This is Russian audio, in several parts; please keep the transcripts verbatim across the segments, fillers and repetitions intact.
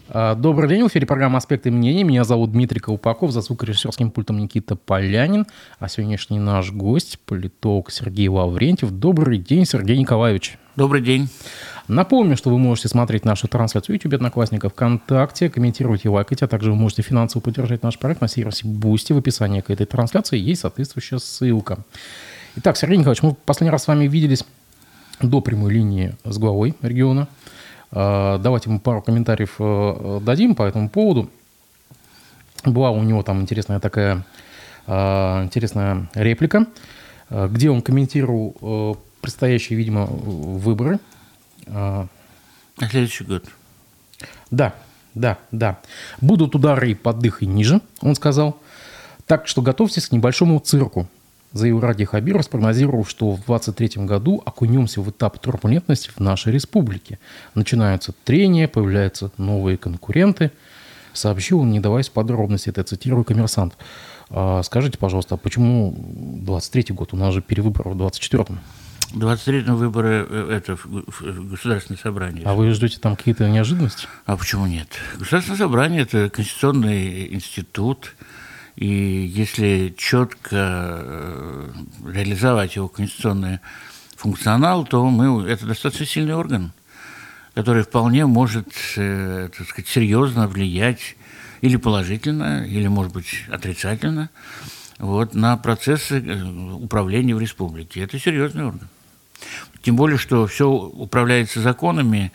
Добрый день, в эфире программа «Аспекты мнений». Меня зовут Дмитрий Колпаков, за звукорежиссерским пультом Никита Полянин. А сегодняшний наш гость – политолог Сергей Лаврентьев. Добрый день, Сергей Николаевич. Добрый день. Напомню, что вы можете смотреть нашу трансляцию в YouTube, Одноклассников, ВКонтакте, комментировать и лайкать, а также вы можете финансово поддержать наш проект на сервисе Boosty. В описании к этой трансляции есть соответствующая ссылка. Итак, Сергей Николаевич, мы последний раз с вами виделись до прямой линии с главой региона. Давайте мы пару комментариев дадим по этому поводу. Была у него там интересная такая интересная реплика, где он комментировал предстоящие, видимо, выборы. На следующий год. Да, да, да. Будут удары и поддых и ниже, он сказал. Так что готовьтесь к небольшому цирку. Заявил Ради Хабиров, спрогнозировав, что в двадцать третьем году окунемся в этап турбулентности в нашей республике. Начинаются трения, появляются новые конкуренты. Сообщил он, не даваясь в подробности, это цитирую «Коммерсант». А скажите, пожалуйста, а почему двадцать третий год? У нас же перевыборы в двадцать четвёртом. В двадцать третьем выборы это в Государственное собрание. А вы ждете там какие-то неожиданности? А почему нет? Государственное собрание – это конституционный институт. И если четко реализовать его конституционный функционал, то мы, это достаточно сильный орган, который вполне может, так сказать, серьезно влиять или положительно, или, может быть, отрицательно вот, на процессы управления в республике. Это серьезный орган. Тем более, что все управляется законами,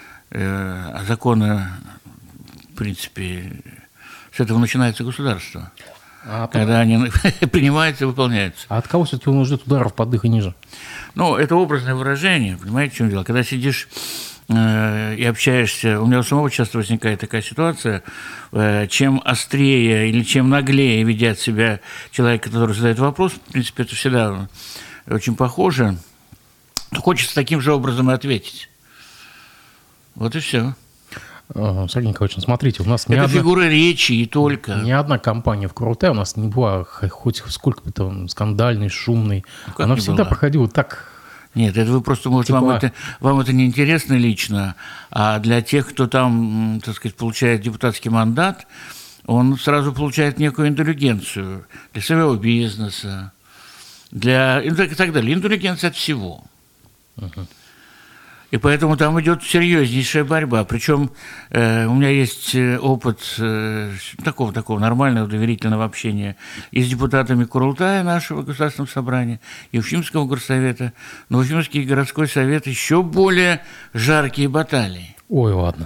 а законы, в принципе, с этого начинается государство, а когда от... они принимаются и выполняются. А от кого все-таки он ждет ударов поддых и ниже? Ну, это образное выражение, понимаете, в чем дело? Когда сидишь э, и общаешься, у меня у самого часто возникает такая ситуация, э, чем острее или чем наглее ведет себя человек, который задает вопрос, в принципе, это всегда очень похоже, то хочется таким же образом и ответить. Вот и все. Сергей Николаевич, смотрите, у нас это ни одна, фигура речи и только. Ни одна компания в Курултае у нас не была хоть сколько бы там скандальной, шумной. Ну, она всегда была? Проходила так. Нет, это вы просто, может, типа... вам, это, вам это не интересно лично, а для тех, кто там, так сказать, получает депутатский мандат, он сразу получает некую индулигенцию для своего бизнеса, для и так далее. Индулигенция от всего. Uh-huh. И поэтому там идет серьезнейшая борьба. Причем э, у меня есть опыт э, такого, такого нормального доверительного общения и с депутатами Курултая нашего Государственного собрания, и Уфимского горсовета. Но Уфимский городской совет еще более жаркие баталии. Ой, ладно.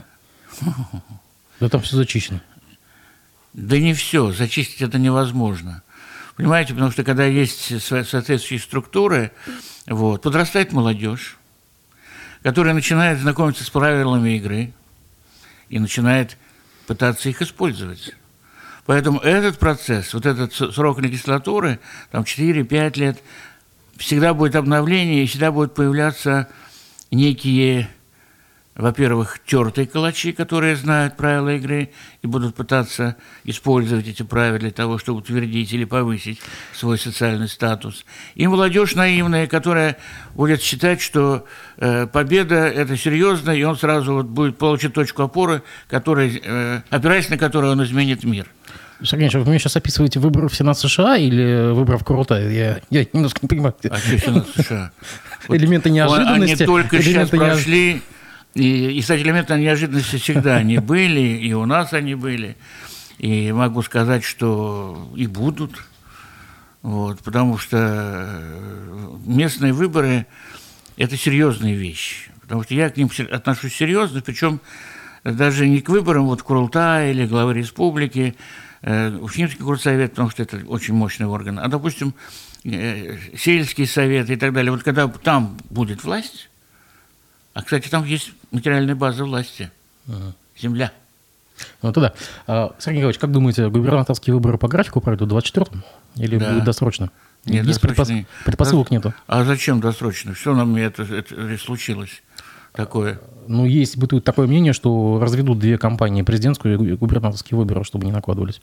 Да там все зачищено. Да не все. Зачистить это невозможно. Понимаете, потому что когда есть соответствующие структуры, вот, подрастает молодежь, которая начинает знакомиться с правилами игры и начинает пытаться их использовать. Поэтому этот процесс, вот этот срок легислатуры, там четыре-пять лет, всегда будет обновление, и всегда будут появляться некие, во-первых, тертые калачи, которые знают правила игры и будут пытаться использовать эти правила для того, чтобы утвердить или повысить свой социальный статус. И молодежь наивная, которая будет считать, что э, победа – это серьезно, и он сразу вот будет получить точку опоры, которая, э, опираясь на которую он изменит мир. Сергей Ильич, вы мне сейчас описываете выборы в Сенат США или выборы в Курултае? Я, я немножко не понимаю. А что Сенат США? Элементы неожиданности. Они только сейчас прошли... И, и, кстати, элементы неожиданности всегда они были, и у нас они были. И могу сказать, что и будут. Вот, потому что местные выборы – это серьезные вещи. Потому что я к ним отношусь серьезно, причем даже не к выборам вот Курултая или главы республики, Уфимский горсовет, потому что это очень мощный орган, а, допустим, сельский совет и так далее. Вот когда там будет власть, а, кстати, там есть материальная база власти, ага. Земля. Ну, тогда. Сергей Николаевич, как думаете, губернаторские выборы по графику пройдут в двадцать четвёртом или да. будет досрочно? Нет, есть досрочно. Предпос... предпосылок нету. А зачем досрочно? Что нам это, это случилось такое? Ну, есть бытует такое мнение, что разведут две кампании, президентскую и губернаторские выборы, чтобы не накладывались.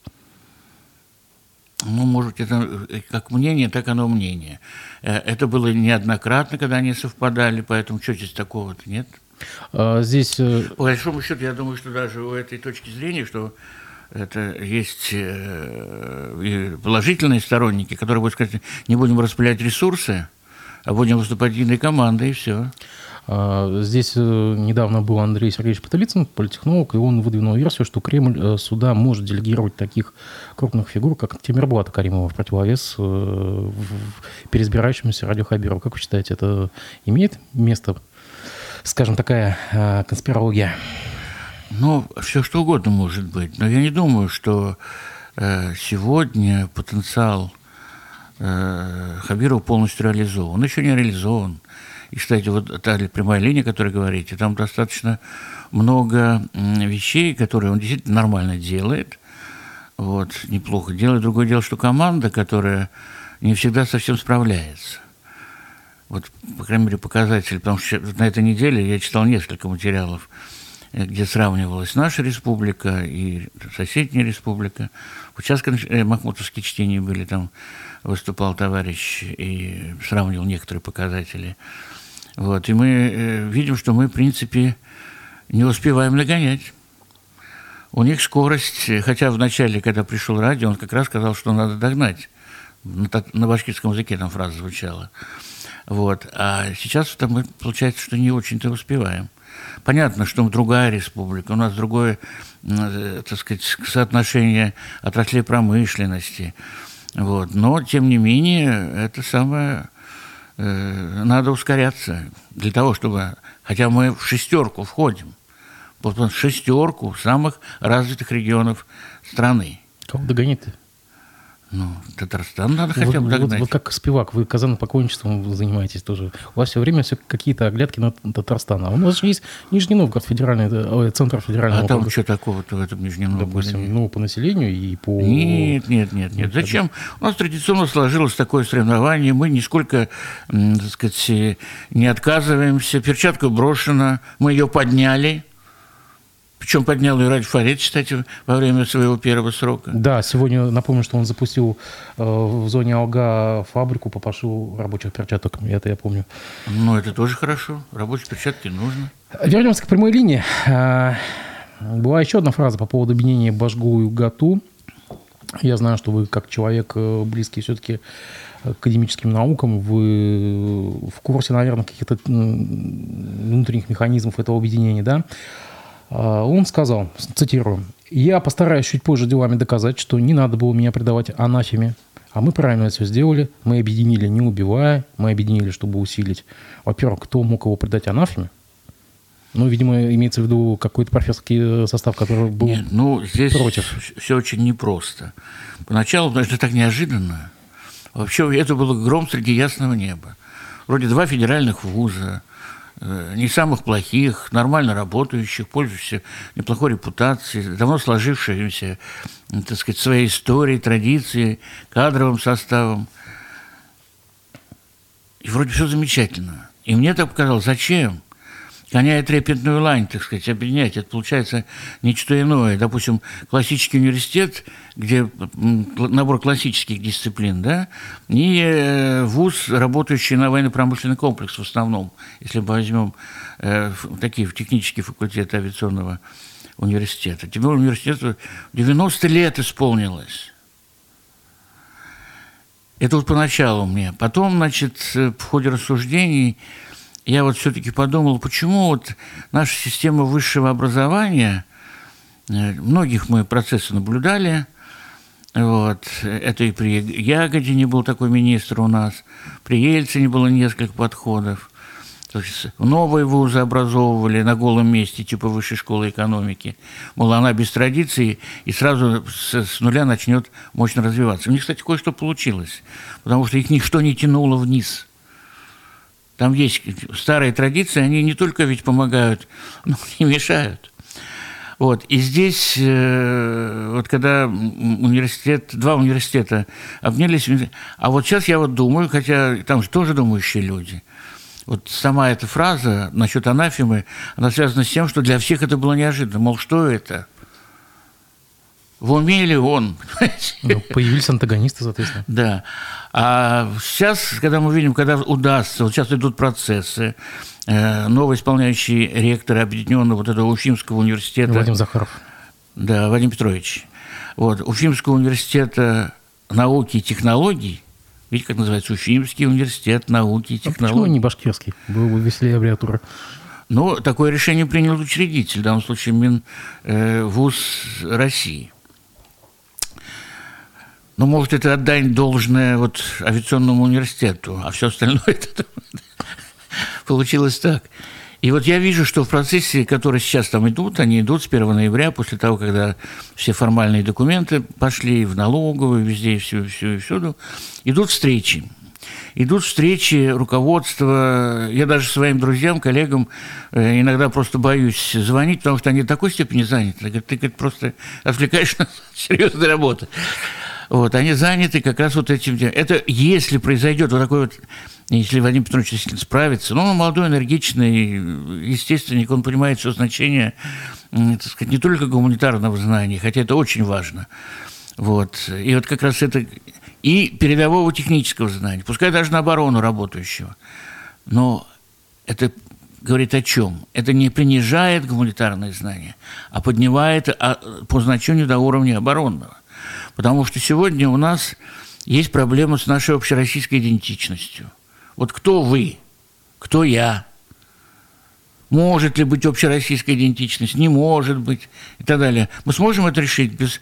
Ну, может, это как мнение, так оно мнение. Это было неоднократно, когда они совпадали, поэтому что здесь такого-то нет? Здесь... По большому счету, я думаю, что даже у этой точки зрения, что это есть положительные сторонники, которые будут сказать, не будем распылять ресурсы, а будем выступать единой командой, и все. Здесь недавно был Андрей Сергеевич Потылицын, политтехнолог, и он выдвинул версию, что Кремль сюда может делегировать таких крупных фигур, как Тимирбулата Каримова, в противовес переизбирающемуся Радио Хабирову. Как вы считаете, это имеет место, скажем, такая конспирология? Ну, все что угодно может быть. Но я не думаю, что сегодня потенциал Хабирова полностью реализован. Он еще не реализован. И, кстати, вот та прямая линия, о которой говорите, там достаточно много вещей, которые он действительно нормально делает. Вот, неплохо делает. Другое дело, что команда, которая не всегда совсем справляется. Вот, по крайней мере, показатель. Потому что на этой неделе я читал несколько материалов, где сравнивалась наша республика и соседняя республика. Вот сейчас махмутовские чтения были, там выступал товарищ и сравнивал некоторые показатели. Вот, и мы э, видим, что мы, в принципе, не успеваем нагонять. У них скорость, хотя в начале, когда пришел радио, он как раз сказал, что надо догнать. На, на башкирском языке там фраза звучала. Вот, а сейчас там, получается, что не очень-то успеваем. Понятно, что другая республика, у нас другое, так сказать, соотношение отраслей промышленности. Вот. Но, тем не менее, это самое... Э, надо ускоряться для того, чтобы... Хотя мы в шестерку входим. Вот в шестерку самых развитых регионов страны. Кого догонить-то? Ну, Татарстан надо хотя бы вот, догнать. Вот, вот как Спивак, вы казанопокойничеством занимаетесь тоже. У вас все время все какие-то оглядки на Татарстан. А у нас же есть Нижний Новгород, федеральный, центр федерального округа. А там округа. что такого-то в этом Нижнем Новгороде? Допустим, ну, по населению и по... Нет, нет, нет, нет. Зачем? У нас традиционно сложилось такое соревнование. Мы нисколько, так сказать, не отказываемся. Перчатка брошена, мы ее подняли. Причем поднял и Ради Фарид, кстати, во время своего первого срока. Да, сегодня, напомню, что он запустил э, в зоне Алга фабрику по пошиву рабочих перчаток. Это я помню. Ну, это тоже хорошо. Рабочие перчатки нужно. Вернемся к прямой линии. Э, была еще одна фраза по поводу объединения Башгу и ГАТУ. Я знаю, что вы, как человек близкий все-таки к академическим наукам, вы в курсе, наверное, каких-то внутренних механизмов этого объединения, да? Он сказал, цитирую, «Я постараюсь чуть позже делами доказать, что не надо было меня предавать анафеме, а мы правильно все сделали, мы объединили, не убивая, мы объединили, чтобы усилить». Во-первых, кто мог его предать анафеме? Ну, видимо, имеется в виду какой-то профессорский состав, который был Нет, ну, здесь против. Все очень непросто. Поначалу, потому что это так неожиданно. Вообще, это был гром среди ясного неба. Вроде два федеральных вуза, не самых плохих, нормально работающих, пользующихся неплохой репутацией, давно сложившимися, так сказать, своей историей, традицией, кадровым составом. И вроде все замечательно. И мне так показалось, зачем? Коня и трепетную лань, так сказать, объединять. Это получается нечто иное. Допустим, классический университет, где набор классических дисциплин, да, и вуз, работающий на военно-промышленный комплекс в основном, если мы возьмем э, такие технические факультеты авиационного университета. Тем более университету девяносто лет исполнилось. Это вот поначалу мне. Потом, значит, в ходе рассуждений я вот все-таки подумал, почему вот наша система высшего образования, многих мы процессы наблюдали, вот, это и при Ягодине был такой министр у нас, при Ельцине было несколько подходов, то есть новые вузы образовывали на голом месте, типа Высшей школы экономики, мол, она без традиций и сразу с, с нуля начнет мощно развиваться. У них, кстати, кое-что получилось, потому что их ничто не тянуло вниз. Там есть старые традиции, они не только ведь помогают, но и мешают. Вот. И здесь, вот когда университет, два университета обнялись, а вот сейчас я вот думаю, хотя там же тоже думающие люди, вот сама эта фраза насчет анафемы, она связана с тем, что для всех это было неожиданно. Мол, что это? в уме ли он? Ну, появились антагонисты, соответственно. Да. А сейчас, когда мы видим, когда удастся, вот сейчас идут процессы, новый исполняющий ректор объединенного вот этого Уфимского университета. Вадим Захаров. Да, Вадим Петрович. Вот, Уфимского университета науки и технологий. Видите, как называется? Уфимский университет науки и технологий. А почему не башкирский? Было бы веселее аббревиатура. Ну, такое решение принял учредитель, в данном случае Минвуз России. Ну, может, это отдать должное вот авиационному университету, а все остальное это получилось так. И вот я вижу, что в процессе, которые сейчас там идут, они идут с первого ноября, после того, когда все формальные документы пошли в налоговую, везде и все, все и всюду, идут встречи. Идут встречи руководства. Я даже своим друзьям, коллегам э, иногда просто боюсь звонить, потому что они до такой степени заняты. Говорят, ты говорит, просто отвлекаешь нас от серьезной работы. Вот, они заняты как раз вот этим. Это если произойдет вот такой вот, если Вадим Петрович действительно справится, ну, он молодой, энергичный, естественник, он понимает все значение, так сказать, не только гуманитарного знания, хотя это очень важно. Вот. И вот как раз это и передового технического знания, пускай даже на оборону работающего. Но это говорит о чем? Это не принижает гуманитарные знания, а поднимает по значению до уровня оборонного. Потому что сегодня у нас есть проблема с нашей общероссийской идентичностью. Вот кто вы? Кто я? Может ли быть общероссийская идентичность? Не может быть. И так далее. Мы сможем это решить без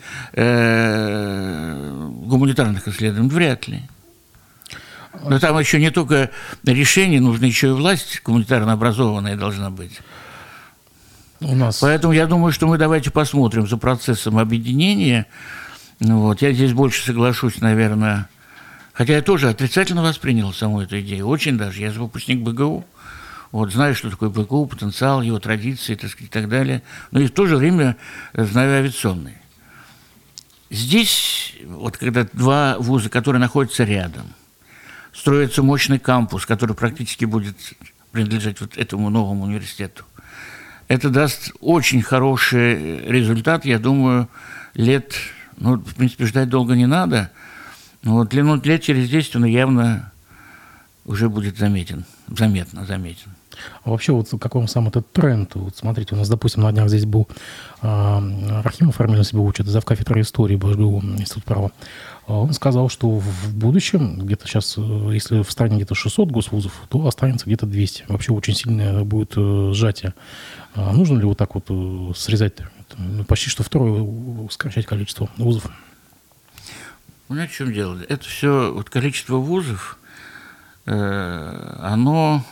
э, гуманитарных исследований? Вряд ли. Но там еще не только решение, нужно еще и власть гуманитарно образованная должна быть. У нас... Поэтому я думаю, что мы давайте посмотрим за процессом объединения. Вот. Я здесь больше соглашусь, наверное. Хотя я тоже отрицательно воспринял саму эту идею. Очень даже. Я же выпускник БГУ. Вот, знаю, что такое БГУ, потенциал, его традиции, так сказать, и так далее. Но и в то же время знаю авиационный. Здесь, вот когда два вуза, которые находятся рядом, строится мощный кампус, который практически будет принадлежать вот этому новому университету. Это даст очень хороший результат, я думаю, лет, ну, в принципе, ждать долго не надо, но вот ну, лет через десять он явно уже будет заметен, заметно заметен. А вообще, вот как вам сам этот тренд? Вот смотрите, у нас, допустим, на днях здесь был э, Рахимов, Армин себя учит, завкафедрой истории БГУ, Институт права. Он сказал, что в будущем, где-то сейчас, если в стране где-то шестьсот госвузов, то останется где-то двести. Вообще очень сильное будет сжатие. А нужно ли вот так вот срезать, почти что втрое сокращать количество вузов? Ну, о чем дело? Это все, вот количество вузов, э, оно...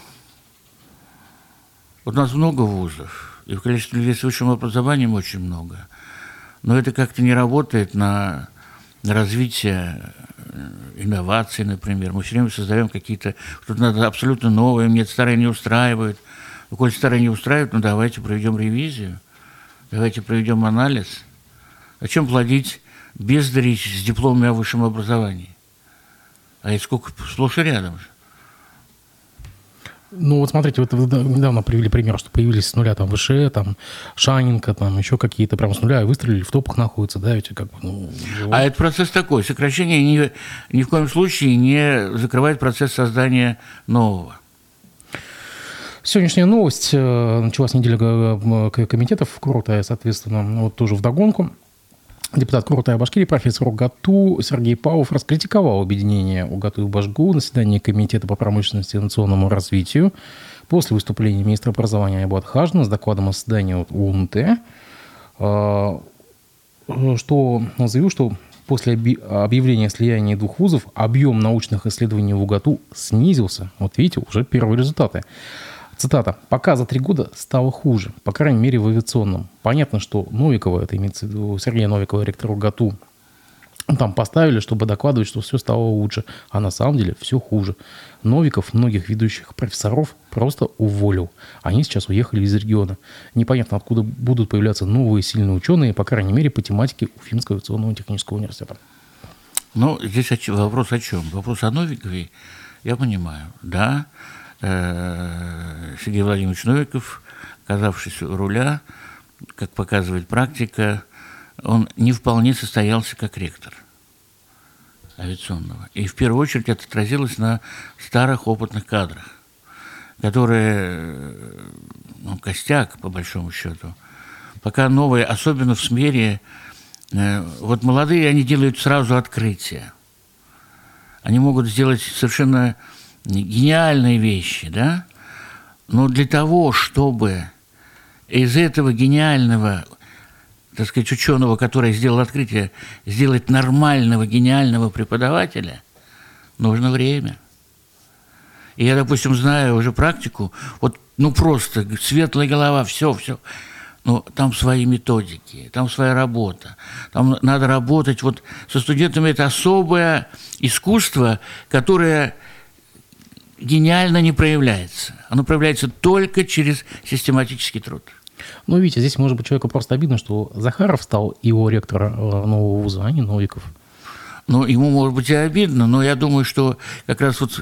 Вот у нас много вузов, и в количестве людей с высшим образованием очень много. Но это как-то не работает на... развитие инноваций, например. Мы все время создаем какие-то... Что-то надо абсолютно новое, мне это старое не устраивает. Ну, коль старое не устраивает, ну, давайте проведем ревизию, давайте проведем анализ. Зачем плодить бездарей с дипломами о высшем образовании? А это сколько сплошь и рядом же. Ну, вот смотрите, вот вы недавно привели пример, что появились с нуля там ВШЭ, там Шаненко, там еще какие-то прям с нуля, и выстрелили, в топах находятся, да, ведь как бы... Ну, а это процесс такой, сокращение ни, ни в коем случае не закрывает процесс создания нового. Сегодняшняя новость, началась неделя комитетов Курултая, соответственно, вот тоже вдогонку. Депутат Курултая Башкирии, профессор ОГАТУ Сергей Павлов раскритиковал объединение ОГАТУ и Башгу на заседании Комитета по промышленности и национальному развитию после выступления министра образования Айбулата Хажина с докладом о заседании ОУНТ, что он заявил, что после объявления о слиянии двух вузов объем научных исследований в ОГАТУ снизился. Вот видите, уже первые результаты. Цитата. «Пока за три года стало хуже, по крайней мере в авиационном. Понятно, что Новикова, это имеется в виду Сергея Новикова, ректора ГАТУ, там поставили, чтобы докладывать, что все стало лучше, а на самом деле все хуже. Новиков многих ведущих профессоров просто уволил. Они сейчас уехали из региона. Непонятно, откуда будут появляться новые сильные ученые, по крайней мере по тематике Уфимского авиационного технического университета». Ну, здесь вопрос о чем? Вопрос о Новикове, я понимаю, да. Сергей Владимирович Новиков, оказавшись у руля, как показывает практика, он не вполне состоялся как ректор авиационного. И в первую очередь это отразилось на старых опытных кадрах, которые, ну, костяк, по большому счету. Пока новые, особенно в СМЕРе, э, вот молодые, они делают сразу открытия. Они могут сделать совершенно гениальные вещи, да? Но для того, чтобы из этого гениального, так сказать, ученого, который сделал открытие, сделать нормального, гениального преподавателя, нужно время. И я, допустим, знаю уже практику, вот, ну, просто светлая голова, все, все. Но там свои методики, там своя работа. Там надо работать вот со студентами. Это особое искусство, которое гениально не проявляется. Оно проявляется только через систематический труд. Ну, видите, здесь, может быть, человеку просто обидно, что Захаров стал его ректором нового вуза, а не Новиков. Ну, ему, может быть, и обидно, но я думаю, что как раз вот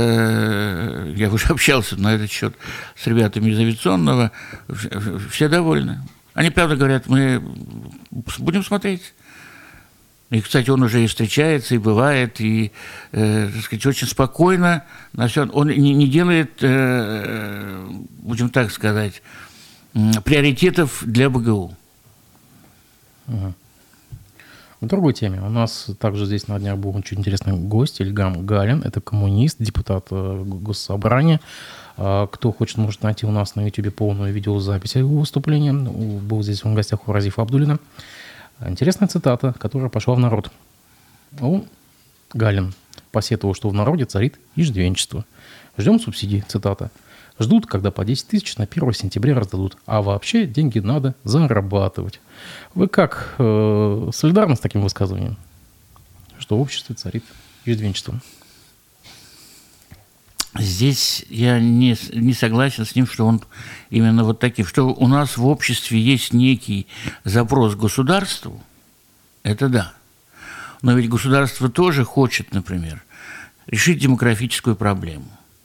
э, я уже общался на этот счет с ребятами из авиационного, все довольны. Они, правда, говорят, мы будем смотреть. И, кстати, он уже и встречается, и бывает, и, э, так сказать, очень спокойно. На все. Он не, не делает, э, будем так сказать, приоритетов для БГУ. Угу. В другой теме. У нас также здесь на днях был очень интересный гость, Ильгам Галин. Это коммунист, депутат Госсобрания. Кто хочет, может найти у нас на YouTube полную видеозапись его выступления. Был здесь в гостях у Разифа Абдуллина. Интересная цитата, которая пошла в народ. Он, Галин, посетовал, что в народе царит иждивенчество. Ждем субсидий, цитата. Ждут, когда по десять тысяч на первое сентября раздадут. А вообще деньги надо зарабатывать. Вы как, э, солидарны с таким высказыванием? Что в обществе царит иждивенчество? Здесь я не, не согласен с ним, что он именно вот таким. Что у нас в обществе есть некий запрос к государству, это да. Но ведь государство тоже хочет, например, решить демографическую проблему.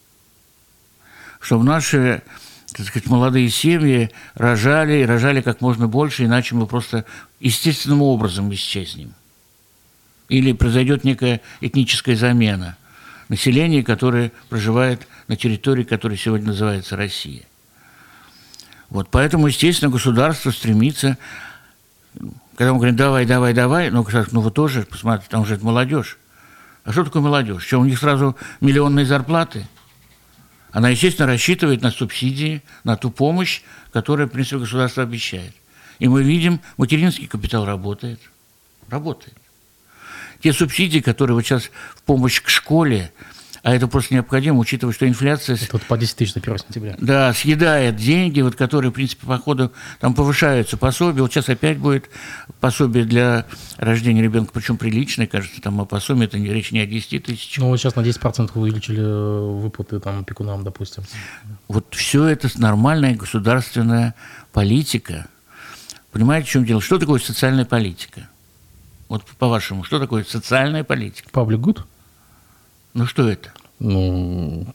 Чтобы наши, так сказать, молодые семьи рожали и рожали как можно больше, иначе мы просто естественным образом исчезнем. Или произойдет некая этническая замена населения, которое проживает на территории, которая сегодня называется Россия. Вот поэтому, естественно, государство стремится, когда мы говорим «давай, давай, давай», ну, ну вы тоже, посмотрите, там же это молодежь. А что такое молодежь? Что, у них сразу миллионные зарплаты? Она, естественно, рассчитывает на субсидии, на ту помощь, которую, в принципе, государство обещает. И мы видим, материнский капитал работает. Работает. Те субсидии, которые вот сейчас в помощь к школе, а это просто необходимо, учитывая, что инфляция... Это вот по десять тысяч на первое сентября. Да, съедает деньги, вот, которые, в принципе, по ходу там повышаются пособия. Вот сейчас опять будет пособие для рождения ребенка, причем приличное, кажется, там о пособии, это речь не о десяти тысячах. Ну, вот сейчас на десять процентов увеличили выплаты там опекунам, допустим. Вот все это нормальная государственная политика. Понимаете, в чем дело? Что такое социальная политика? Вот по-вашему, что такое социальная политика? Public good? Ну, что это? Ну,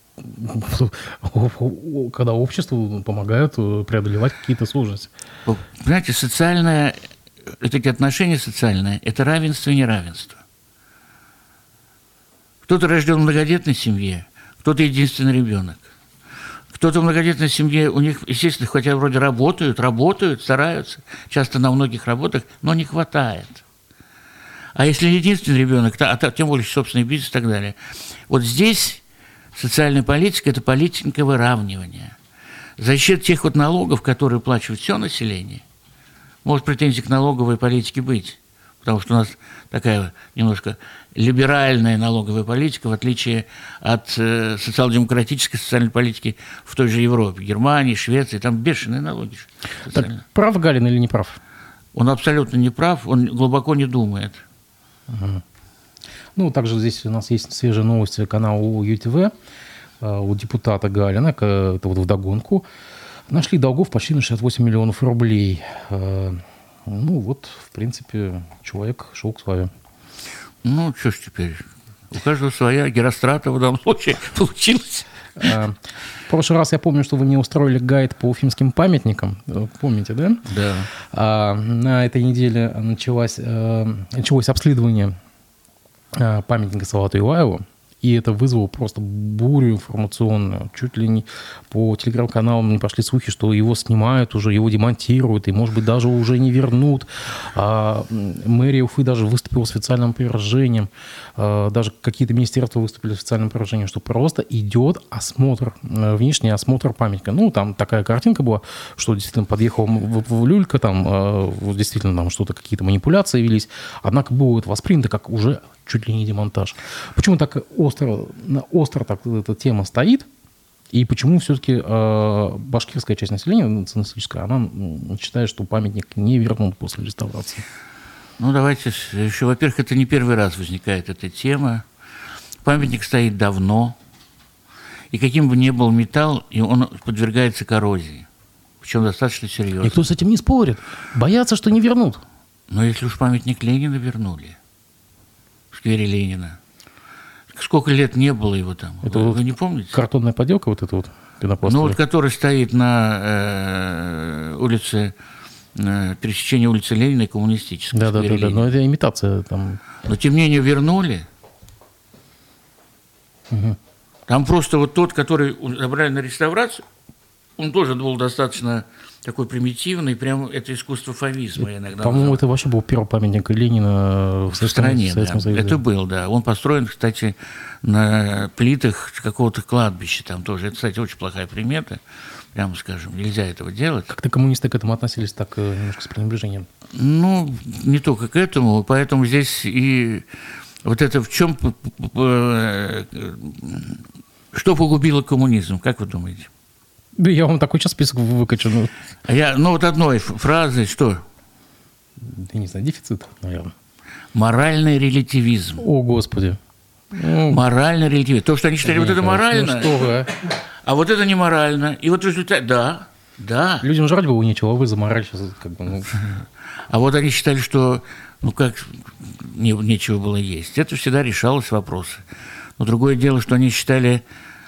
когда обществу помогают преодолевать какие-то сложности. Понимаете, социальное, эти отношения социальные, это равенство и неравенство. Кто-то рожден в многодетной семье, кто-то единственный ребенок. Кто-то в многодетной семье, у них, естественно, хотя вроде работают, работают, стараются, часто на многих работах, но не хватает. А если единственный ребенок, а тем более собственный бизнес и так далее. Вот здесь социальная политика – это политика выравнивания. За счет тех вот налогов, которые уплачивает все население, может претензии к налоговой политике быть, потому что у нас такая немножко либеральная налоговая политика, в отличие от э, социал-демократической социальной политики в той же Европе, Германии, Швеции, там бешеные налоги. Так, прав Галин или не прав? Он абсолютно не прав, он глубоко не думает. Угу. Ну, также здесь у нас есть свежие новости канала у ЮТВ, у депутата Галина, это вот вдогонку. Нашли долгов почти на шестьдесят восемь миллионов рублей. Ну, вот, в принципе, человек шел к славе. Ну, что ж теперь, у каждого своя, Геростратова в данном случае получилось. В прошлый раз я помню, что вы мне устроили гайд по уфимским памятникам. Помните, да? Да. А на этой неделе началось, началось обследование памятника Салавату Юлаеву. И это вызвало просто бурю информационную. Чуть ли не по телеграм-каналам пошли слухи, что его снимают уже, его демонтируют, и, может быть, даже уже не вернут. А мэрия Уфы даже выступила с официальным опровержением. А даже какие-то министерства выступили с официальным опровержением, что просто идет осмотр, внешний осмотр памятника. Ну, там такая картинка была, что действительно подъехала в люлька, там действительно там что-то, какие-то манипуляции велись. Однако было это воспринято как уже чуть ли не демонтаж. Почему так остро, остро так эта тема стоит? И почему все-таки э, башкирская часть населения, националистическая, она считает, что памятник не вернут после реставрации? Ну, давайте еще. Во-первых, это не первый раз возникает эта тема. Памятник стоит давно. И каким бы ни был металл, он подвергается коррозии. Причем достаточно серьезно. Никто с этим не спорит. Боятся, что не вернут. Но если уж памятник Ленина вернули, в сквере Ленина. Сколько лет не было его там? Это вы, вот вы не помните? Картонная поделка вот эта вот пенопластовая? Ну, вот который стоит на э, улице, э, пересечении улицы Ленина и Коммунистической. Да, да, да, да, но это имитация там. Но тем не менее вернули. Угу. Там просто вот тот, который забрали на реставрацию, он тоже был достаточно такой примитивный, прям это искусство фавизма я иногда. По-моему, это вообще был первый памятник Ленина в, в стране. Советском Да. Союзе. Это был, да. Он построен, кстати, на плитах какого-то кладбища там тоже. Это, кстати, очень плохая примета, прямо скажем. Нельзя этого делать. Как-то коммунисты к этому относились так немножко с пренебрежением. Ну, не только к этому, поэтому здесь и вот это в чем, что погубило коммунизм, как вы думаете? Да я вам такой сейчас список выкачу. Ну, а я, ну вот одной фразой, что? Я не знаю, дефицит, наверное. Моральный релятивизм. О, Господи. Ну, моральный релятивизм. То, что они считали, вот это морально, ну, что вы, а? а вот это не морально. И вот в результате, да, да. Людям жрать было нечего, а вы за мораль сейчас как бы... Ну... А вот они считали, что, ну как, не, нечего было есть. Это всегда решалось вопросы. Но другое дело, что они считали...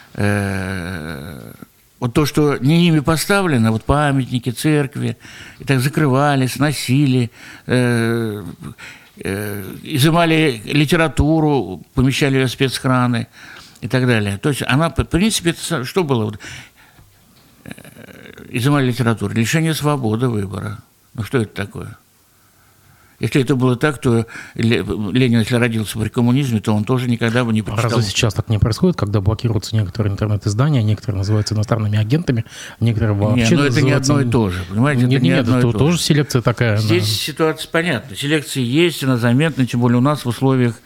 Э- Вот то, что не ими поставлено, вот памятники, церкви, и так закрывали, сносили, э, э, изымали литературу, помещали ее в спецхраны и так далее. То есть она, в принципе, это, что было? Вот, э, изымали литературу, лишение свободы выбора. Ну что это такое? Если это было так, то Ленин, если родился при коммунизме, то он тоже никогда бы не прочитал. Разве сейчас так не происходит, когда блокируются некоторые интернет-издания, некоторые называются иностранными агентами, некоторые вообще... Нет, но это называются... не одно и то же, понимаете? Нет, это нет, не одно это и то тоже же. селекция такая. Здесь да. ситуация понятна. Селекция есть, она заметна, тем более у нас в условиях,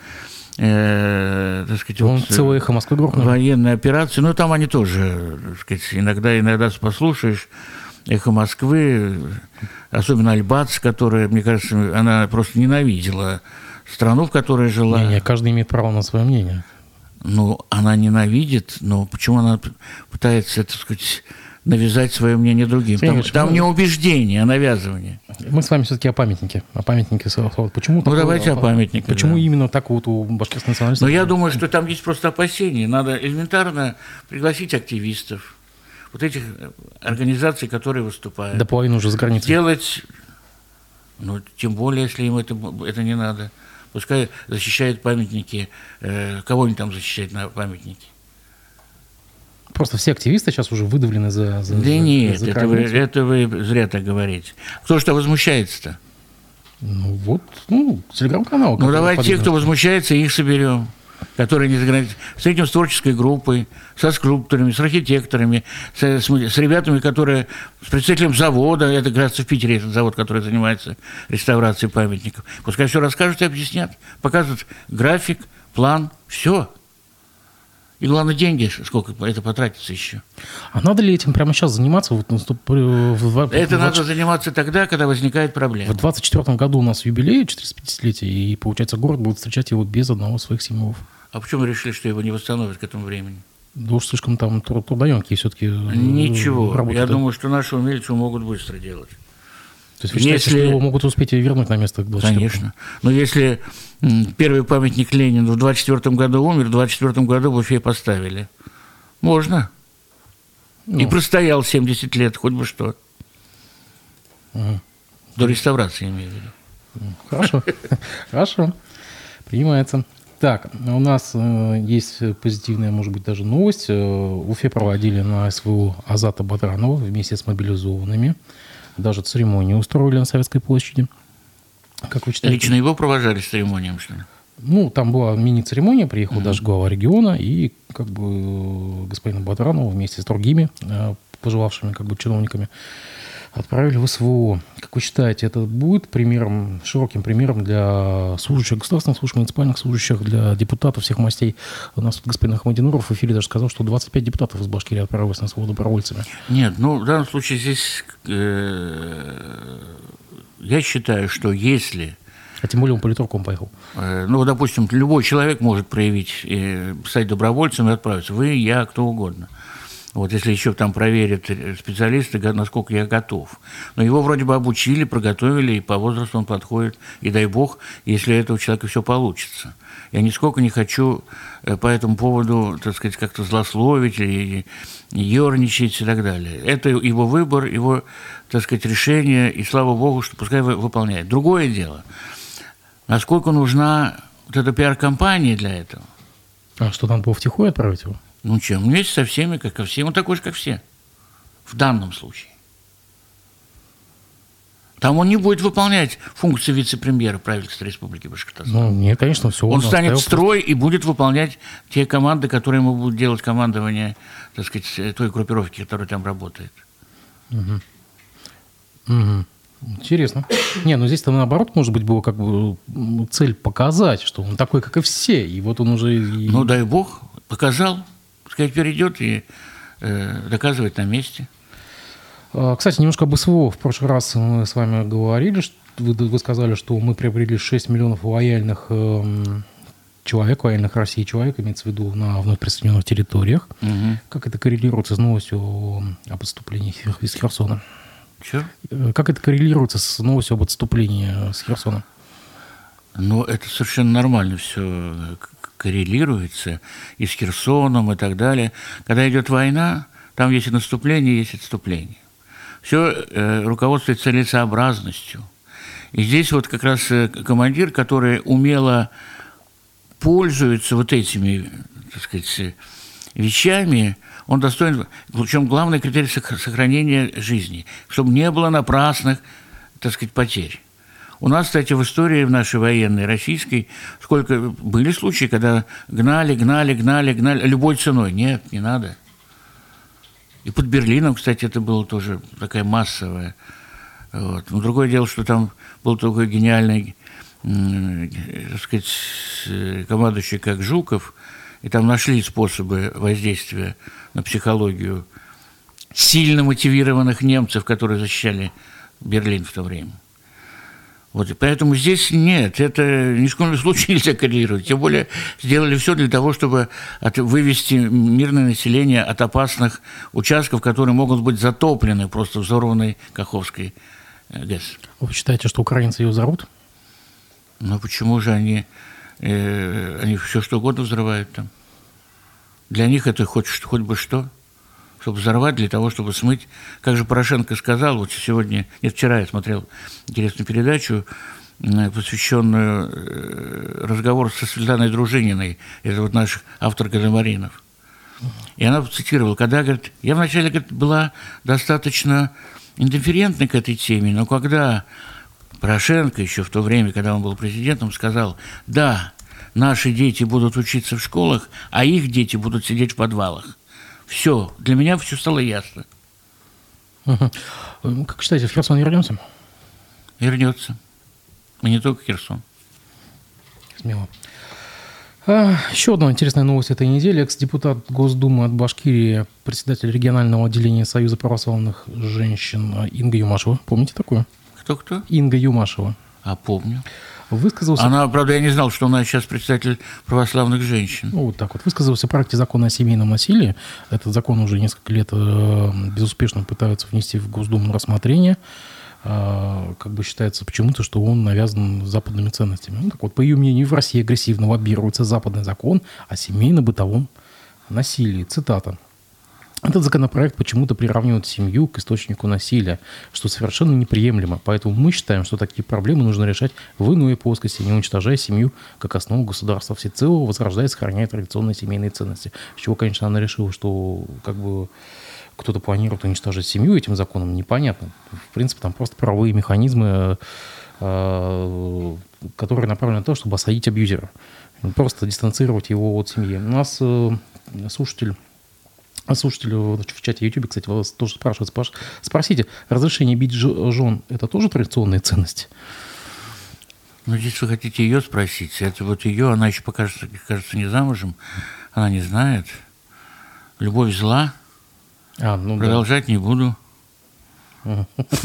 э, так сказать, Вон вот, целое эхо Москвы грохнуло. военной операции. Ну, там они тоже, так сказать, иногда, иногда послушаешь «Эхо Москвы», особенно Альбац, которая, мне кажется, она просто ненавидела страну, в которой жила. Не, не, каждый имеет право на свое мнение. Ну, она ненавидит, но почему она пытается, так сказать, навязать свое мнение другим? Там, Конечно, там ну, не убеждение, а навязывание. Мы с вами все-таки о памятнике. О памятнике. Почему Ну, такое, давайте о памятнике. Почему да. именно так вот у башкирских националистов? Но я думаю, что там есть просто опасения. Надо элементарно пригласить активистов, вот этих организаций, которые выступают. До половины уже за границей. Делать, ну, тем более, если им это, это не надо. Пускай защищают памятники. Э, кого они там защищают на памятники? Просто все активисты сейчас уже выдавлены за, за Да за, нет, за это, вы, это вы зря так говорите. Кто что возмущается-то? Ну вот, ну, телеграм-канал. Ну, давайте те, кто возмущается, их соберем. Которые не за границей. Встретим с творческой группой, со скульпторами, с архитекторами, с, с, с ребятами, которые, с представителем завода, это, кажется, в Питере этот завод, который занимается реставрацией памятников. Пускай все расскажут и объяснят, покажут график, план, все. И главное, деньги, сколько это потратится еще. А надо ли этим прямо сейчас заниматься? Вот, наступ... в, в, это в, надо заниматься тогда, когда возникает проблема. В двадцать четвёртом году у нас юбилей, четырехсотпятидесятилетие, и, получается, город будет встречать его без одного из своих символов. А почему вы решили, что его не восстановят к этому времени? Да уж слишком там трудоемкие все-таки. Ничего. Работы, Я да? думаю, что наши умельцы могут быстро делать. То есть вы считаете, Если... что его могут успеть и вернуть на место к двадцать четвёртому? Конечно. Но если первый памятник Ленину в двадцать четвёртом году умер, в двадцать четвёртом году в Уфе поставили. Можно. Ну. И простоял семьдесят лет, хоть бы что. Угу. До реставрации, имею в виду. Хорошо. Хорошо. Принимается. Так, у нас э, есть позитивная, может быть, даже новость. В Уфе проводили на СВО Азата Батранова вместе с мобилизованными. Даже церемонию устроили на Советской площади. Как вы считаете? Лично его провожали с церемонией, что ли? Ну, там была мини-церемония, приехал Mm-hmm. даже глава региона, и как бы господина Батранова вместе с другими э, пожелавшими как бы чиновниками отправили в СВО. Как вы считаете, это будет примером, широким примером для служащих государственных служб, муниципальных служащих, для депутатов всех мастей? У нас тут господин Ахмадинуров в эфире даже сказал, что двадцать пять депутатов из Башкирии отправилось на СВО добровольцами. Нет, ну в данном случае здесь э, я считаю, что если... А тем более он политруком поехал. Э, ну, допустим, любой человек может проявить, э, стать добровольцем и отправиться. Вы, я, кто угодно. Вот если еще там проверят специалисты, насколько я готов. Но его вроде бы обучили, проготовили, и по возрасту он подходит. И дай бог, если у этого человека все получится. Я нисколько не хочу по этому поводу, так сказать, как-то злословить или ерничать и так далее. Это его выбор, его, так сказать, решение, и слава богу, что пускай выполняет. Другое дело, насколько нужна вот эта пиар-компания для этого. А что, надо было втихую отправить его? Ну чем? Вместе со всеми, как ко всем. Он такой же, как все. В данном случае. Там он не будет выполнять функции вице-премьера правительства Республики Башкортостан. Ну, нет, конечно, все. Он станет в строй и будет выполнять те команды, которые ему будут делать командование, так сказать, той группировки, которая там работает. Угу. Угу. Интересно. Не, ну здесь-то наоборот, может быть, было как бы цель показать, что он такой, как и все. И вот он уже... И... Ну, дай бог, показал. Пускай теперь идет и э, доказывает на месте. Кстати, немножко об СВО. В прошлый раз мы с вами говорили, что вы, вы сказали, что мы приобрели шесть миллионов лояльных э, человек, лояльных России человек, имеется в виду на вновь присоединенных территориях. Угу. Как это коррелируется с новостью об отступлении из Херсона? Чё? Как это коррелируется с новостью об отступлении с Херсона? Ну, это совершенно нормально все коррелируется и с Херсоном и так далее. Когда идет война, там есть и наступление, есть отступление. Все э, руководствуется целесообразностью. И здесь вот как раз командир, который умело пользуется вот этими, так сказать, вещами, он достоин, причем главный критерий сохранения жизни, чтобы не было напрасных, так сказать, потерь. У нас, кстати, в истории в нашей военной, российской, сколько были случаи, когда гнали, гнали, гнали, гнали, любой ценой. Нет, не надо. И под Берлином, кстати, это было тоже такая массовая. Вот. Но другое дело, что там был такой гениальный, так сказать, командующий, как Жуков, и там нашли способы воздействия на психологию сильно мотивированных немцев, которые защищали Берлин в то время. Вот, и поэтому здесь нет, это ни в коем случае нельзя коррелировать. Тем более сделали все для того, чтобы от, вывести мирное население от опасных участков, которые могут быть затоплены просто взорванной Каховской ГЭС. Вы считаете, что украинцы ее взорвут? Ну почему же они, э, они все что угодно взрывают там? Для них это хоть, хоть бы что, чтобы взорвать, для того, чтобы смыть. Как же Порошенко сказал, вот сегодня, нет, вчера я смотрел интересную передачу, посвященную разговору со Светланой Дружининой, это вот наш автор «Гардемаринов». И она цитировала, когда, говорит, я вначале, говорит, была достаточно индифферентной к этой теме, но когда Порошенко еще в то время, когда он был президентом, сказал, да, наши дети будут учиться в школах, а их дети будут сидеть в подвалах. Все, для меня все стало ясно. Угу. Как считаете, в Херсон вернемся? Вернется. И не только Херсон. Смело. А, еще одна интересная новость этой недели. Экс-депутат Госдумы от Башкирии, председатель регионального отделения Союза православных женщин Инга Юмашева. Помните такую? Кто-кто? Инга Юмашева. А, помню. Высказался... Она, правда, я не знал, что она сейчас председатель православных женщин. Ну, вот так вот. Высказался в проекте закона о семейном насилии. Этот закон уже несколько лет э, безуспешно пытаются внести в Госдуму на рассмотрение. Э, как бы считается почему-то, что он навязан западными ценностями. Ну, так вот, по ее мнению, в России агрессивно лоббируется западный закон о семейно-бытовом насилии. Цитата. Этот законопроект почему-то приравнивает семью к источнику насилия, что совершенно неприемлемо. Поэтому мы считаем, что такие проблемы нужно решать в иной плоскости, не уничтожая семью как основу государства, всецело возрождая и сохраняя традиционные семейные ценности. С чего, конечно, она решила, что как бы кто-то планирует уничтожить семью этим законом, непонятно. В принципе, там просто правовые механизмы, которые направлены на то, чтобы осадить абьюзера. Просто дистанцировать его от семьи. У нас слушатель... Слушатели в чате YouTube, кстати, вас тоже спрашивают, спросите, разрешение бить жен – это тоже традиционная ценность? Ну, здесь вы хотите ее спросить. Это вот ее, она еще пока, кажется, не замужем, она не знает. Любовь зла. А, ну, продолжать да. не буду. Ну,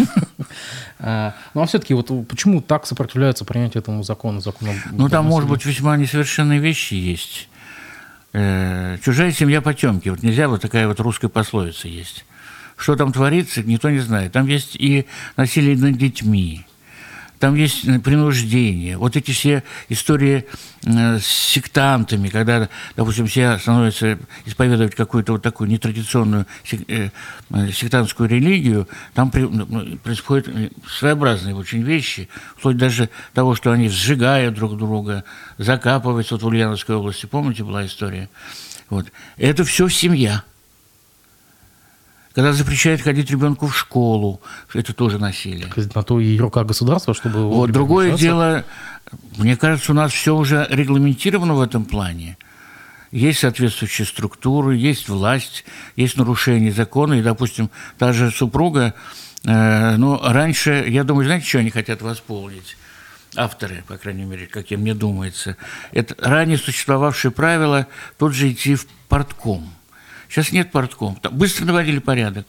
а все-таки вот почему так сопротивляются принятию этому закону? закону ну, там, может быть, весьма несовершенные вещи есть. Чужая семья потемки. Вот нельзя, вот такая вот русская пословица есть. Что там творится, никто не знает. Там есть и насилие над детьми, там есть принуждение. Вот эти все истории с сектантами, когда, допустим, все становятся исповедовать какую-то вот такую нетрадиционную сектантскую религию, там происходят своеобразные очень вещи, вплоть даже того, что они сжигают друг друга, закапываются. Вот в Ульяновской области, помните, была история? Вот. Это все семья. Когда запрещают ходить ребенку в школу, это тоже насилие. На то и рука государства, чтобы... Вот, другое дело, мне кажется, у нас все уже регламентировано в этом плане. Есть соответствующие структуры, есть власть, есть нарушение закона. И, допустим, та же супруга, э, ну, раньше, я думаю, знаете, что они хотят восполнить? Авторы, по крайней мере, как и мне думается. Это ранее существовавшее правило тут же идти в партком. Сейчас нет партком. Там быстро наводили порядок.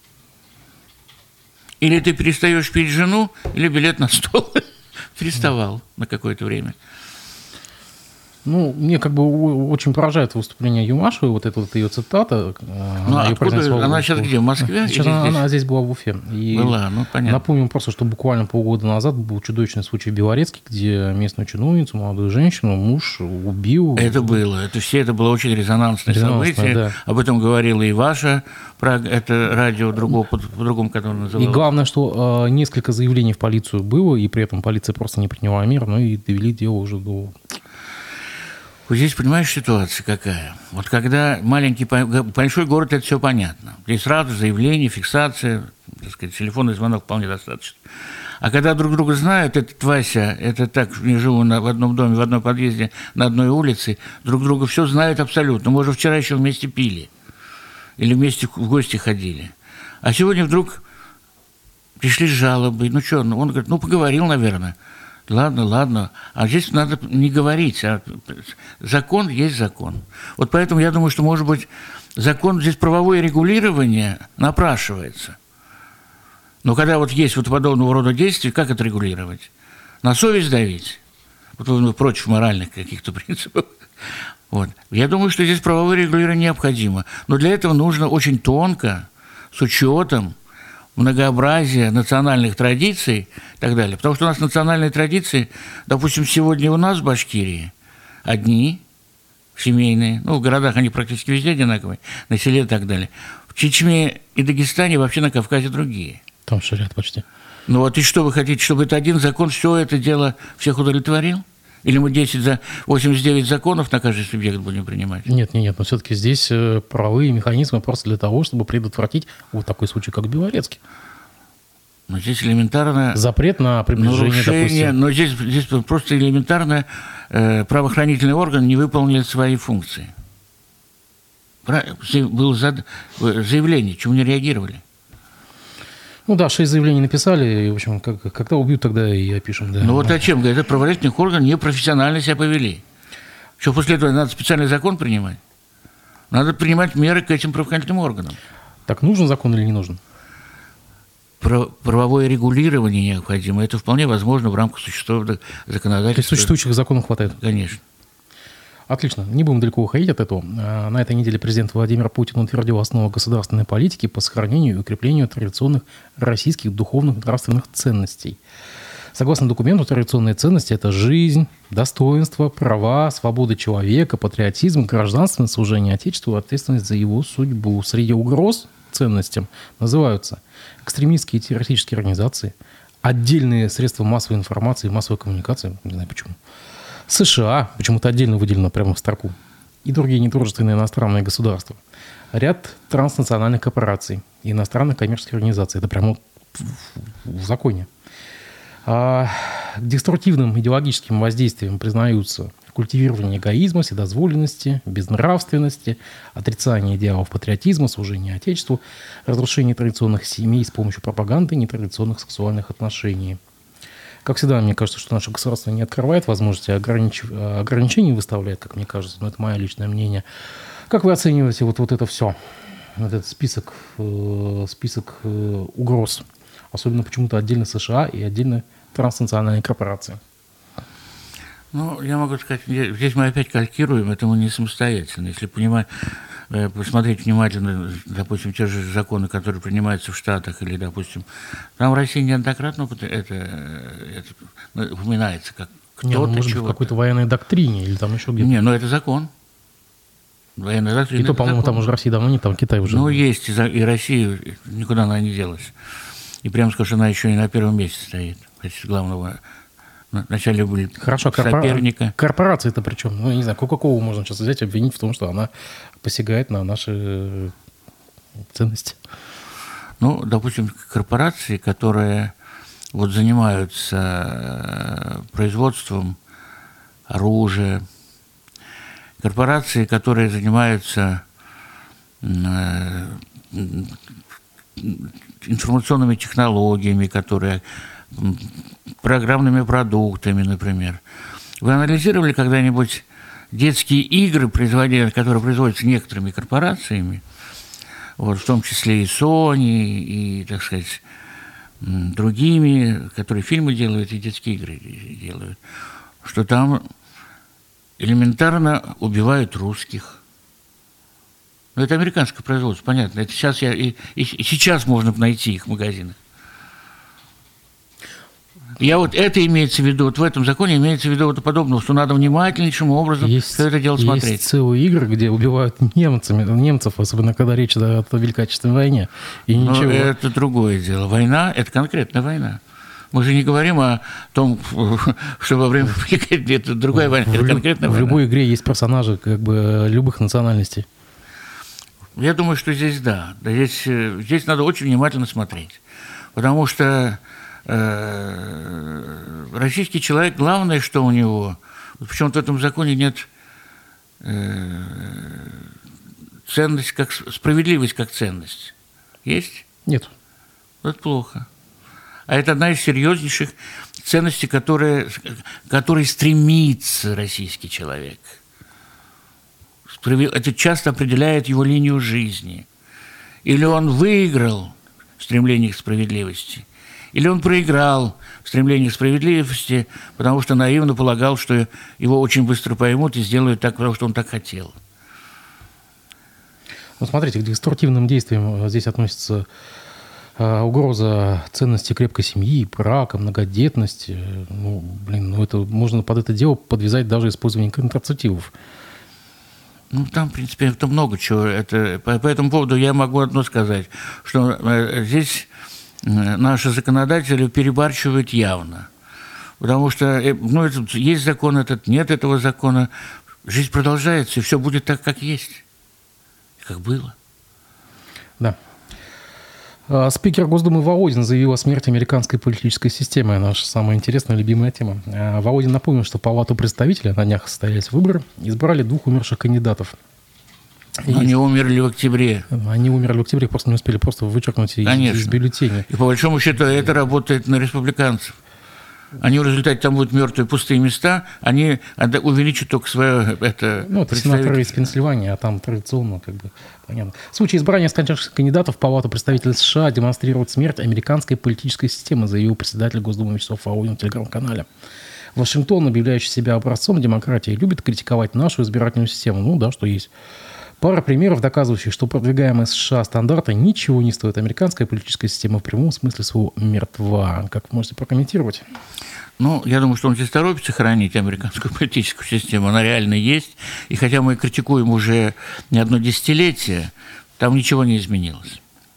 Или ты перестаешь пить жену, или билет на стол. Переставал на какое-то время. Ну, мне как бы очень поражает выступление Юмашевой, вот эта вот ее цитата. Ну, она, откуда, она сейчас где, в Москве? Сейчас она здесь? она здесь была в Уфе. И была, ну, понятно. Напомним просто, что буквально полгода назад был чудовищный случай в Белорецке, где местную чиновницу, молодую женщину, муж убил. Это было, это все, это было очень резонансное, резонансное событие. Да. Об этом говорила и ваша, это радио другого, по, по другому каналу называлось. И главное, что э, несколько заявлений в полицию было, и при этом полиция просто не приняла мер, ну и довели дело уже до... Вот здесь, понимаешь, ситуация какая? Вот когда маленький, большой город, это все понятно. Здесь сразу заявление, фиксация, так сказать, телефонный звонок вполне достаточно. А когда друг друга знают, этот Вася, это так, не живу на, в одном доме, в одном подъезде, на одной улице, друг друга все знают абсолютно. Мы уже вчера еще вместе пили или вместе в гости ходили. А сегодня вдруг пришли жалобы. Ну что, он говорит, ну поговорил, наверное. Ладно, ладно. А здесь надо не говорить. А закон есть закон. Вот поэтому я думаю, что, может быть, закон, здесь правовое регулирование напрашивается. Но когда вот есть вот подобного рода действия, как это регулировать? На совесть давить? Вот против моральных каких-то принципов. Вот. Я думаю, что здесь правовое регулирование необходимо. Но для этого нужно очень тонко, с учетом многообразия национальных традиций и так далее. Потому что у нас национальные традиции, допустим, сегодня у нас в Башкирии одни, семейные, ну, в городах они практически везде одинаковые, на селе и так далее. В Чечне и Дагестане, вообще на Кавказе другие. Там шариат почти. Ну вот и что вы хотите, чтобы это один закон все это дело всех удовлетворил? Или мы десять за восемьдесят девять законов на каждый субъект будем принимать? Нет, нет, нет, но все-таки здесь правовые механизмы просто для того, чтобы предотвратить вот такой случай, как в Белорецке. Но здесь элементарно... Запрет на приближение, нарушение, допустим. Но здесь, здесь просто элементарно э, правоохранительный орган не выполнил свои функции. Было зад... заявление, чему не реагировали. Ну да, шесть заявлений написали, и, в общем, как, когда убьют, тогда и опишем. Да. Ну вот о чем? Говорят, правоохранительных органов непрофессионально себя повели. Что после этого надо специальный закон принимать? Надо принимать меры к этим правоохранительным органам. Так нужен закон или не нужен? Правовое регулирование необходимо. Это вполне возможно в рамках существующего законодательства. То есть существующих законов хватает? Конечно. Отлично. Не будем далеко уходить от этого. На этой неделе президент Владимир Путин утвердил основу государственной политики по сохранению и укреплению традиционных российских духовных нравственных ценностей. Согласно документу, традиционные ценности – это жизнь, достоинство, права, свобода человека, патриотизм, гражданственность, служение Отечеству, ответственность за его судьбу. Среди угроз ценностям называются экстремистские и террористические организации, отдельные средства массовой информации и массовой коммуникации, не знаю почему, США, почему-то отдельно выделено прямо в строку, и другие недружественные иностранные государства, ряд транснациональных корпораций и иностранных коммерческих организаций. Это прямо в законе. А к деструктивным идеологическим воздействиям признаются культивирование эгоизма, вседозволенности, безнравственности, отрицание идеалов патриотизма, служение Отечеству, разрушение традиционных семей с помощью пропаганды нетрадиционных сексуальных отношений. Как всегда, мне кажется, что наше государство не открывает возможности, огранич... ограничений выставляет, как мне кажется, но это мое личное мнение. Как вы оцениваете вот, вот это все, вот этот список, э, список э, угроз? Особенно почему-то отдельно США и отдельно транснациональные корпорации. Ну, я могу сказать, здесь мы опять калькируем, это мы не самостоятельно. Если понимать, посмотреть внимательно, допустим, те же законы, которые принимаются в Штатах, или, допустим, там в России неоднократно это, это упоминается как кто-то не, ну, может быть, в какой-то военной доктрине или там еще где-то. Не, ну это закон. Военная доктрина. И то, по-моему, закон. Там уже России давно нет, там Китай уже. Ну, есть, и Россия, никуда она не делась. И прямо скажу, что она еще и на первом месте стоит. Качестве главного. Вначале были Хорошо, соперника. Корпора... Корпорации-то причем? Ну, я не знаю, Кока-Колу можно сейчас взять и обвинить в том, что она посягает на наши ценности. Ну, допустим, корпорации, которые вот занимаются производством оружия, корпорации, которые занимаются информационными технологиями, которые программными продуктами, например. Вы анализировали когда-нибудь детские игры, которые производятся некоторыми корпорациями, вот, в том числе и Sony, и, так сказать, другими, которые фильмы делают и детские игры делают, что там элементарно убивают русских. Ну, это американское производство, понятно. Это сейчас, я, и, и сейчас можно найти их в магазинах. Я вот это имеется в виду, вот в этом законе имеется в виду вот подобного, что надо внимательнейшим образом есть, все это дело смотреть. Есть целые игры, где убивают немцами, немцев, особенно когда речь идет о Великой Отечественной войне. И Но ничего. Это другое дело. Война – это конкретная война. Мы же не говорим о том, что во время Великой Отечественной это другая война, это конкретная война. В любой игре есть персонажи как бы любых национальностей. Я думаю, что здесь да. Здесь, здесь надо очень внимательно смотреть. Потому что э, российский человек, главное, что у него, почему-то в этом законе нет э, ценность, как справедливость как ценность. Есть? Нет. Это плохо. А это одна из серьезнейших ценностей, которые, которые стремится российский человек. Это часто определяет его линию жизни. Или он выиграл в стремлении к справедливости, или он проиграл в стремлении к справедливости, потому что наивно полагал, что его очень быстро поймут и сделают так, потому что он так хотел. Ну, смотрите, к деструктивным действиям здесь относится угроза ценности крепкой семьи, брака, многодетности. Ну, блин, ну это можно под это дело подвязать даже использование контрацептивов. Ну, там, в принципе, это много чего. Это, по, по этому поводу я могу одно сказать, что э, здесь наши законодатели перебарщивают явно. Потому что э, ну, это, есть закон этот, нет этого закона. Жизнь продолжается, и все будет так, как есть. Как было. Да. Спикер Госдумы Володин заявил о смерти американской политической системы. Наша самая интересная, любимая тема. Володин напомнил, что в Палату представителей на днях состоялись выборы, избрали двух умерших кандидатов. Они и... умерли в октябре. Они умерли в октябре, просто не успели просто вычеркнуть из, из бюллетеней. И по большому счету это работает на республиканцев. Они в результате там будут мертвые пустые места, они увеличат только свое это. Ну, это сенаторы из Пенсильвании, а там традиционно как бы понятно. В случае избрания скончавшихся кандидатов в Палату представителей США демонстрирует смерть американской политической системы, заявил председатель Госдумы Вячеслав Володин в телеграм-канале. Вашингтон, объявляющий себя образцом демократии, любит критиковать нашу избирательную систему. Ну да, что есть. Пара примеров, доказывающих, что продвигаемые США стандарты ничего не стоят. Американская политическая система в прямом смысле своего мертва. Как вы можете прокомментировать? Ну, я думаю, что он здесь торопится хранить американскую политическую систему. Она реально есть. И хотя мы критикуем уже не одно десятилетие, там ничего не изменилось.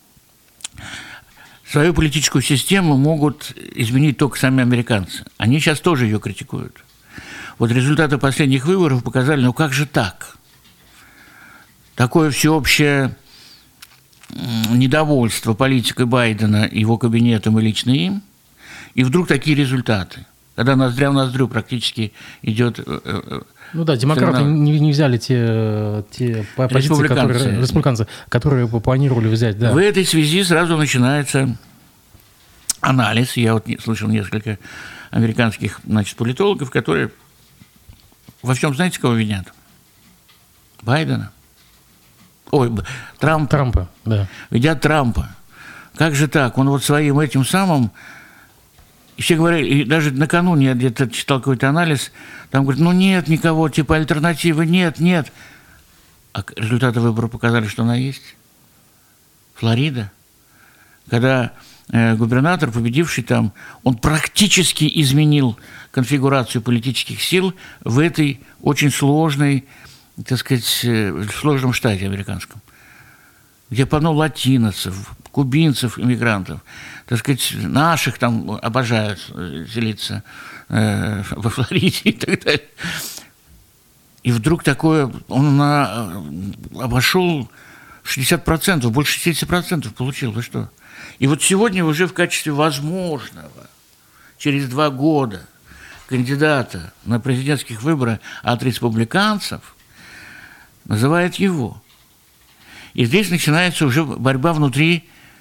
Свою политическую систему могут изменить только сами американцы. Они сейчас тоже ее критикуют. Вот результаты последних выборов показали, ну как же так? Такое всеобщее недовольство политикой Байдена, его кабинетом и лично им, и вдруг такие результаты, когда ноздря в ноздрю практически идет... Ну да, демократы не, не взяли те, те позиции, республиканцы. Которые, республиканцы, которые планировали взять. Да. В этой связи сразу начинается анализ. Я вот слышал несколько американских, значит, политологов, которые во всем, знаете, кого винят? Байдена. Ой, Трампа. Трампа, да. Винят Трампа. Как же так? Он вот своим этим самым... И все говорили, и даже накануне я где-то читал какой-то анализ, там говорят, ну нет никого, типа альтернативы нет, нет. А результаты выборов показали, что она есть. Флорида. Когда э, губернатор, победивший там, он практически изменил конфигурацию политических сил в этой очень сложной, так сказать, э, сложном штате американском, где полно латиносов, кубинцев, иммигрантов, так сказать, наших там обожают селиться э, во Флориде и так далее. И вдруг такое, он на, обошел шестьдесят процентов, больше шестьдесят процентов получил, вы что? И вот сегодня уже в качестве возможного через два года кандидата на президентских выборах от республиканцев называют его. И здесь начинается уже борьба внутри.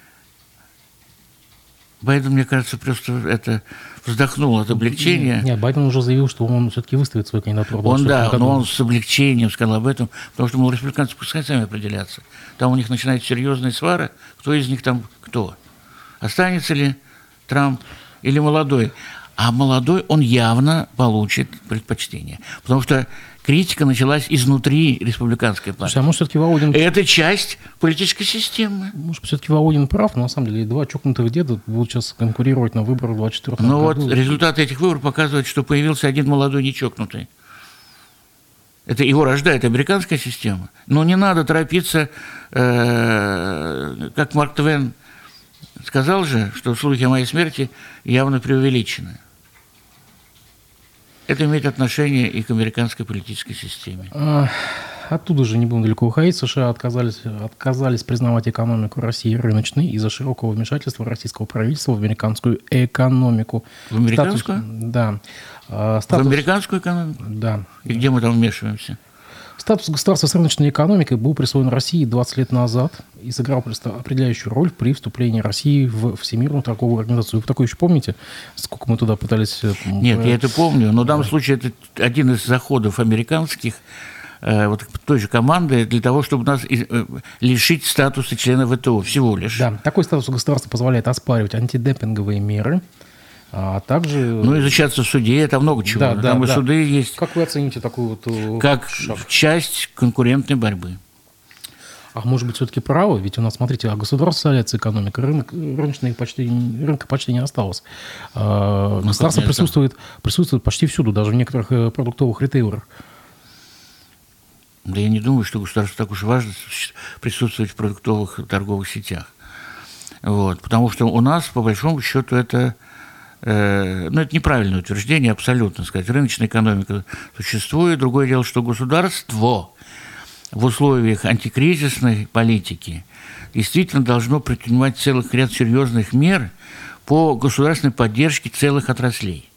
Байден, мне кажется, просто это вздохнул от облегчения. Нет, Байден уже заявил, что он все-таки выставит свою кандидатуру. Он, да, но он с облегчением сказал об этом, потому что, мол, республиканцы пускай сами определятся. Там у них начинается серьезная свара, кто из них там кто. Останется ли Трамп или молодой? А молодой, он явно получит предпочтение. Потому что критика началась изнутри республиканской партии. Слушай, а может, все-таки Володин... Это часть политической системы. Может, все-таки Володин прав, но на самом деле два чокнутых деда будут сейчас конкурировать на выборах в двадцать четвёртом году. Ну вот результаты этих выборов показывают, что появился один молодой нечокнутый. Это его рождает американская система. Но не надо торопиться, э, как Марк Твен сказал же, что слухи о моей смерти явно преувеличены. Это имеет отношение и к американской политической системе. Оттуда же не будем далеко уходить. США отказались, отказались признавать экономику России рыночной из-за широкого вмешательства российского правительства в американскую экономику. В американскую? Статус, да. Статус, в американскую экономику? Да. И где мы там вмешиваемся? Статус государства с рыночной экономикой был присвоен России двадцать лет назад и сыграл определяющую роль при вступлении России в Всемирную торговую организацию. Вы такое еще помните? Сколько мы туда пытались... Нет, я это помню, но в данном случае это один из заходов американских, э, вот той же команды, для того, чтобы нас э, лишить статуса члена ВТО, всего лишь. Да, такой статус государства позволяет оспаривать антидемпинговые меры, а также... Ну, изучаться в суде, это много чего. Да, да, там да. и суды есть. Как вы оцените такую вот как шаг? Часть конкурентной борьбы. А может быть, все-таки право? Ведь у нас, смотрите, а государство соляется экономика, рынок, рыночной почти, рынка почти не осталось. А, ну, государство присутствует, присутствует почти всюду, даже в некоторых продуктовых ритейлерах. Да я не думаю, что государство так уж важно присутствовать в продуктовых торговых сетях. Вот. Потому что у нас, по большому счету, это... Ну, это неправильное утверждение, абсолютно сказать. Рыночная экономика существует. Другое дело, что государство в условиях антикризисной политики действительно должно предпринимать целый ряд серьезных мер по государственной поддержке целых отраслей.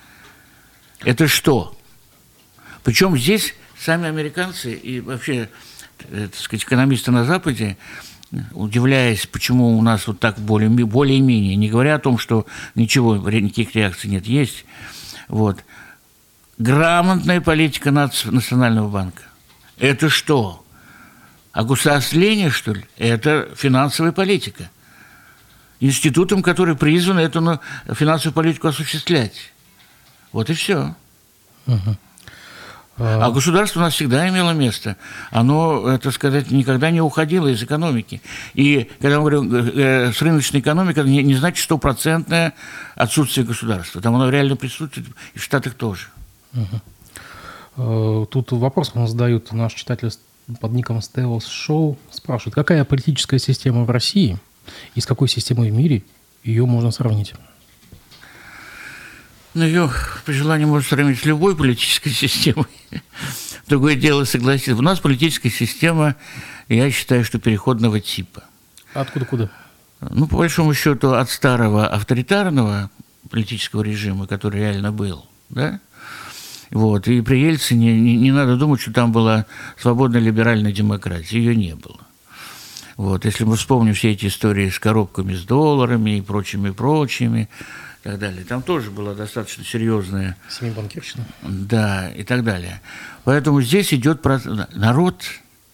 Это что? Причем здесь сами американцы и вообще, так сказать, экономисты на Западе, удивляясь, почему у нас вот так более, более-менее, не говоря о том, что ничего, никаких реакций нет, есть, вот, грамотная политика Национального банка. Это что? А государствление, что ли? Это финансовая политика. Институтом, который призван эту финансовую политику осуществлять. Вот и все. Угу. А государство у нас всегда имело место. Оно, так сказать, никогда не уходило из экономики. И когда мы говорим с рыночной экономикой, не, не значит стопроцентное отсутствие государства. Там оно реально присутствует, и в Штатах тоже. Угу. Тут вопрос он задают наш читатель под ником Стелос Шоу. Спрашивает, какая политическая система в России и с какой системой в мире ее можно сравнить? Ну, ее при желании можно сравнить с любой политической системой. Другое дело, согласиться. У нас политическая система, я считаю, что переходного типа. Откуда-куда? Ну, по большому счету, от старого авторитарного политического режима, который реально был, да? Вот. И при Ельцине не, не надо думать, что там была свободная либеральная демократия. Ее не было. Вот. Если мы вспомним все эти истории с коробками с долларами и прочими-прочими, и так далее. Там тоже была достаточно серьезная... Семибанкирщина. Да, и так далее. Поэтому здесь идет... Народ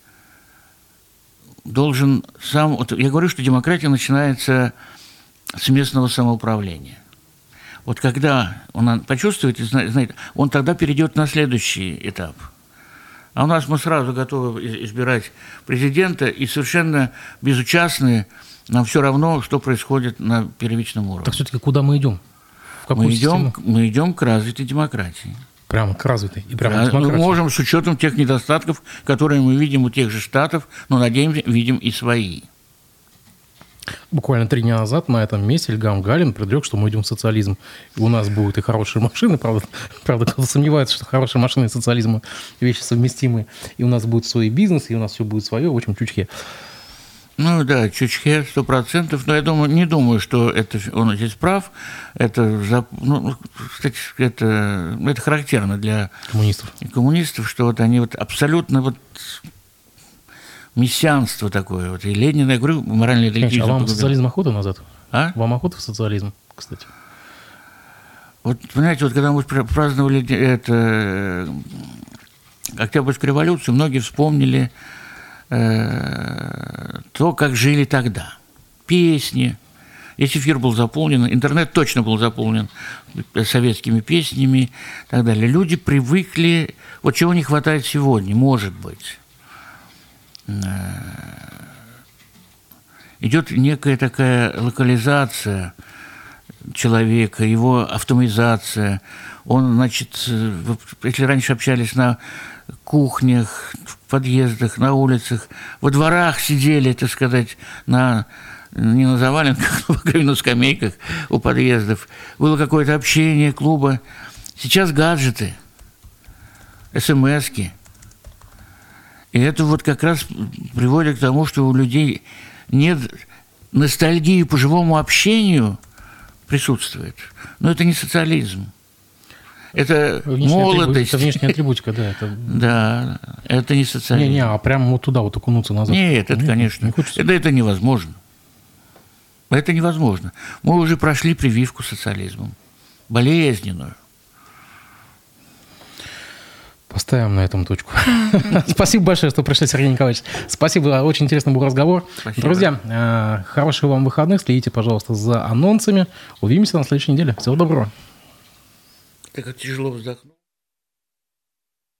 должен сам... Вот я говорю, что демократия начинается с местного самоуправления. Вот когда он почувствует, знаете, он тогда перейдет на следующий этап. А у нас мы сразу готовы избирать президента и совершенно безучастны. Нам все равно, что происходит на первичном уровне. Так все-таки куда мы идем? В какую мы, идем, систему? мы идем к развитой демократии. Прямо к развитой и прямо Да, к демократии. Мы можем с учетом тех недостатков, которые мы видим у тех же Штатов, но, надеемся, видим и свои. Буквально три дня назад на этом месте Ильгам Галин предрек, что мы идем в социализм. И у нас будут и хорошие машины, правда, правда кто-то сомневается, что хорошие машины и социализм вещи совместимые. И у нас будет свой бизнес, и у нас все будет свое, в общем, чучхе. Ну да, чучхе, сто процентов, но я думаю, не думаю, что это, он здесь прав. Это, ну, кстати, это, это характерно для коммунистов. коммунистов, что вот они вот абсолютно вот мессианство такое. Вот. И Ленин, я говорю, моральный религиозный. А вам в социализм охота назад? А? Вам охота в социализм, кстати? Вот, понимаете, вот когда мы праздновали это, Октябрьскую революцию, многие вспомнили э, то, как жили тогда. Песни. Весь эфир был заполнен, интернет точно был заполнен советскими песнями и так далее. Люди привыкли, вот чего не хватает сегодня, может быть. Идет некая такая локализация человека, его автоматизация. Он, значит, если раньше общались на кухнях, в подъездах, на улицах, во дворах сидели, так сказать, на, не на заваленках, но на скамейках у подъездов. Было какое-то общение клуба. Сейчас гаджеты, эс-эм-эски. И это вот как раз приводит к тому, что у людей нет ностальгии по живому общению присутствует. Но это не социализм. Это внешняя молодость. Это внешняя атрибутика, да. Это... Да, это не социализм. Не-не, а прямо вот туда вот окунуться назад. Нет, это, Нет, конечно, не хочется. это, это невозможно. Это невозможно. Мы уже прошли прививку социализмом. Болезненную. Поставим на этом точку. Спасибо большое, что пришли, Сергей Николаевич. Спасибо, очень интересный был разговор. Спасибо. Друзья, хороших вам выходных. Следите, пожалуйста, за анонсами. Увидимся на следующей неделе. Всего доброго. Так тяжело вздохнуть.